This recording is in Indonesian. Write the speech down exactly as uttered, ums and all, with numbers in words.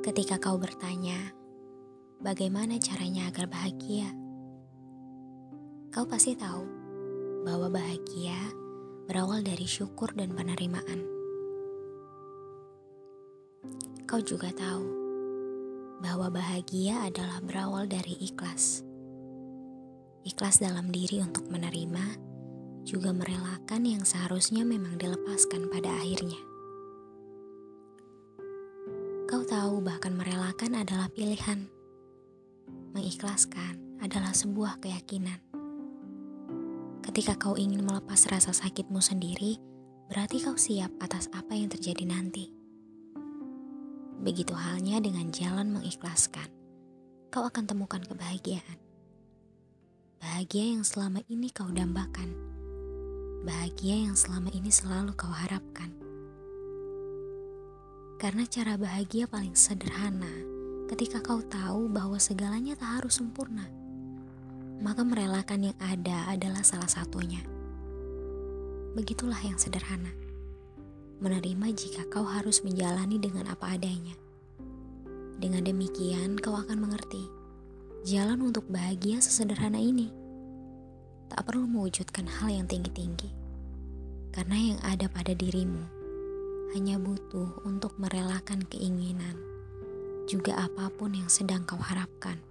Ketika kau bertanya, bagaimana caranya agar bahagia? Kau pasti tahu bahwa bahagia berawal dari syukur dan penerimaan. Kau juga tahu bahwa bahagia adalah berawal dari ikhlas. Ikhlas dalam diri untuk menerima, juga merelakan yang seharusnya memang dilepaskan pada akhirnya. Kau tahu bahkan merelakan adalah pilihan. Mengikhlaskan adalah sebuah keyakinan. Ketika kau ingin melepas rasa sakitmu sendiri, berarti kau siap atas apa yang terjadi nanti. Begitu halnya dengan jalan mengikhlaskan, kau akan temukan kebahagiaan. Bahagia yang selama ini kau dambakan. Bahagia yang selama ini selalu kau harapkan. Karena cara bahagia paling sederhana ketika kau tahu bahwa segalanya tak harus sempurna, maka merelakan yang ada adalah salah satunya. Begitulah yang sederhana. Menerima jika kau harus menjalani dengan apa adanya. Dengan demikian kau akan mengerti jalan untuk bahagia sesederhana ini. Tak perlu mewujudkan hal yang tinggi-tinggi, karena yang ada pada dirimu hanya butuh untuk merelakan keinginan, juga apapun yang sedang kau harapkan.